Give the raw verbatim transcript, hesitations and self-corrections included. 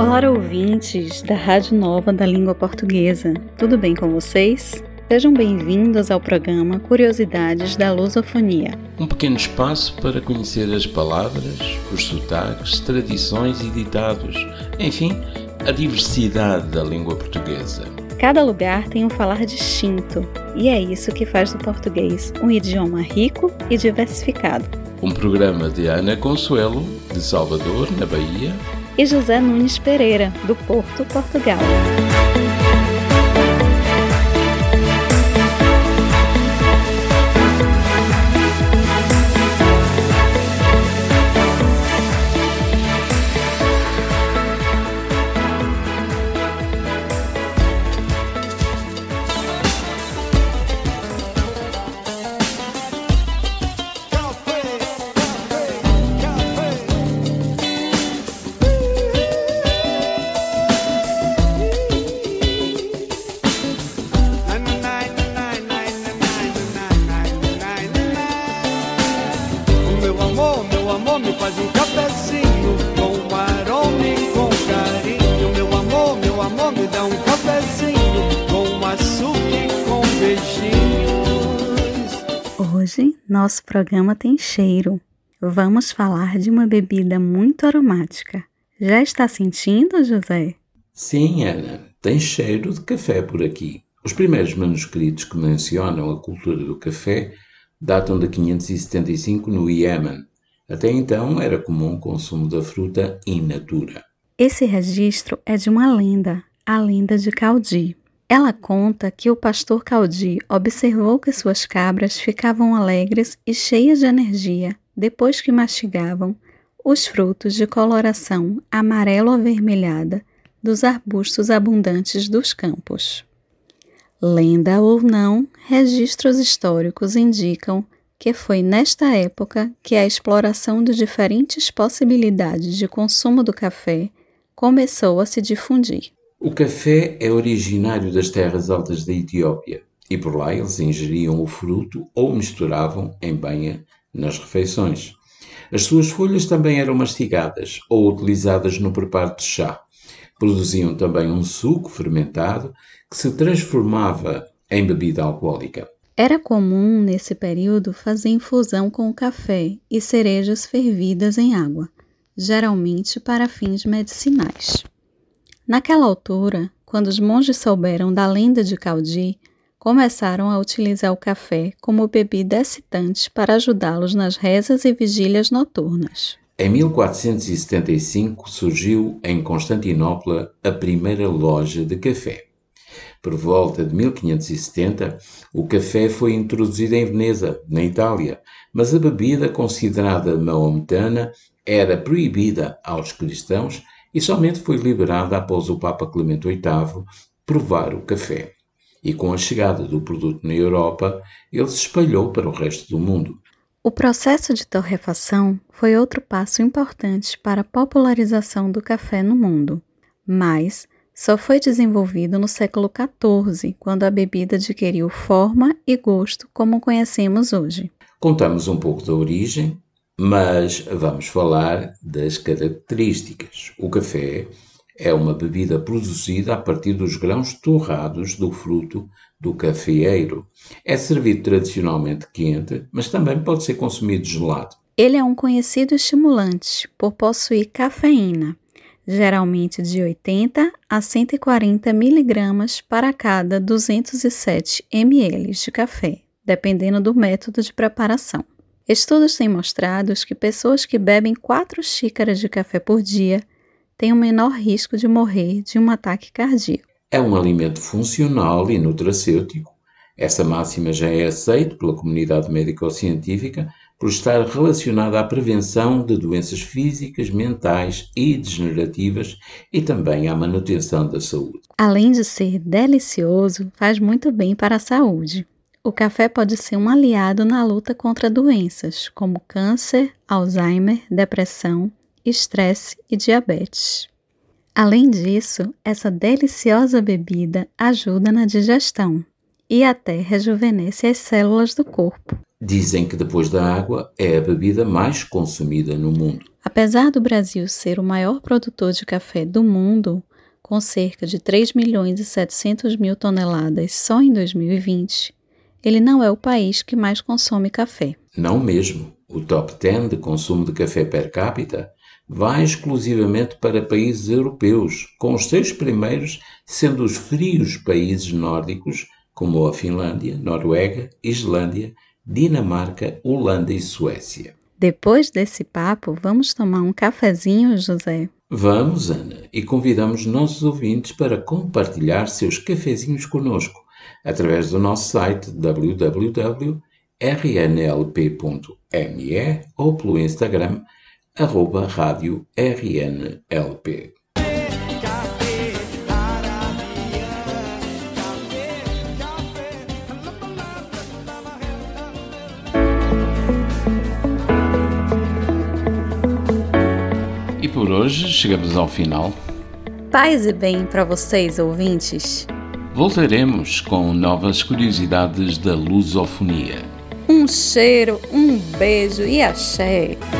Olá, ouvintes da Rádio Nova da Língua Portuguesa. Tudo bem com vocês? Sejam bem-vindos ao programa Curiosidades da Lusofonia. Um pequeno espaço para conhecer as palavras, os sotaques, tradições e ditados, enfim, a diversidade da língua portuguesa. Cada lugar tem um falar distinto, e é isso que faz do português um idioma rico e diversificado. Um programa de Ana Consuelo, de Salvador, na Bahia, e José Nunes Pereira, do Porto, Portugal. Faz um cafezinho com aroma e com carinho. Meu amor, meu amor, me dá um cafezinho com açúcar e com beijinhos. Hoje, nosso programa tem cheiro. Vamos falar de uma bebida muito aromática. Já está sentindo, José? Sim, Ana, tem cheiro de café por aqui. Os primeiros manuscritos que mencionam a cultura do café datam de quinhentos e setenta e cinco no Iêmen. Até então era comum o consumo da fruta in natura. Esse registro é de uma lenda, a lenda de Caldi. Ela conta que o pastor Caldi observou que suas cabras ficavam alegres e cheias de energia depois que mastigavam os frutos de coloração amarelo-avermelhada dos arbustos abundantes dos campos. Lenda ou não, registros históricos indicam que foi nesta época que a exploração de diferentes possibilidades de consumo do café começou a se difundir. O café é originário das terras altas da Etiópia e por lá eles ingeriam o fruto ou misturavam em banha nas refeições. As suas folhas também eram mastigadas ou utilizadas no preparo de chá. Produziam também um suco fermentado que se transformava em bebida alcoólica. Era comum, nesse período, fazer infusão com o café e cerejas fervidas em água, geralmente para fins medicinais. Naquela altura, quando os monges souberam da lenda de Caldi, começaram a utilizar o café como bebida excitante para ajudá-los nas rezas e vigílias noturnas. Em mil quatrocentos e setenta e cinco surgiu em Constantinopla a primeira loja de café. Por volta de mil quinhentos e setenta, o café foi introduzido em Veneza, na Itália, mas a bebida considerada maometana era proibida aos cristãos e somente foi liberada após o Papa Clemente oitavo provar o café. E com a chegada do produto na Europa, ele se espalhou para o resto do mundo. O processo de torrefação foi outro passo importante para a popularização do café no mundo, mas só foi desenvolvido no século quatorze, quando a bebida adquiriu forma e gosto como conhecemos hoje. Contamos um pouco da origem, mas vamos falar das características. O café é uma bebida produzida a partir dos grãos torrados do fruto do cafeeiro. É servido tradicionalmente quente, mas também pode ser consumido gelado. Ele é um conhecido estimulante por possuir cafeína, geralmente de oitenta a cento e quarenta miligramas para cada duzentos e sete mililitros de café, dependendo do método de preparação. Estudos têm mostrado que pessoas que bebem quatro xícaras de café por dia têm um menor risco de morrer de um ataque cardíaco. É um alimento funcional e nutracêutico. Essa máxima já é aceita pela comunidade médico-científica por estar relacionada à prevenção de doenças físicas, mentais e degenerativas e também à manutenção da saúde. Além de ser delicioso, faz muito bem para a saúde. O café pode ser um aliado na luta contra doenças como câncer, Alzheimer, depressão, estresse e diabetes. Além disso, essa deliciosa bebida ajuda na digestão e até rejuvenesce as células do corpo. Dizem que depois da água é a bebida mais consumida no mundo. Apesar do Brasil ser o maior produtor de café do mundo, com cerca de três milhões e setecentos mil toneladas só em dois mil e vinte, ele não é o país que mais consome café. Não mesmo. O top dez de consumo de café per capita vai exclusivamente para países europeus, com os seis primeiros sendo os frios países nórdicos, como a Finlândia, Noruega, Islândia, Dinamarca, Holanda e Suécia. Depois desse papo, vamos tomar um cafezinho, José? Vamos, Ana, e convidamos nossos ouvintes para compartilhar seus cafezinhos conosco, através do nosso site w w w ponto r n l p ponto m e ou pelo Instagram, arroba rádio R N L P. E por hoje chegamos ao final. Paz e bem para vocês, ouvintes. Voltaremos com novas curiosidades da lusofonia. Um cheiro, um beijo e axé!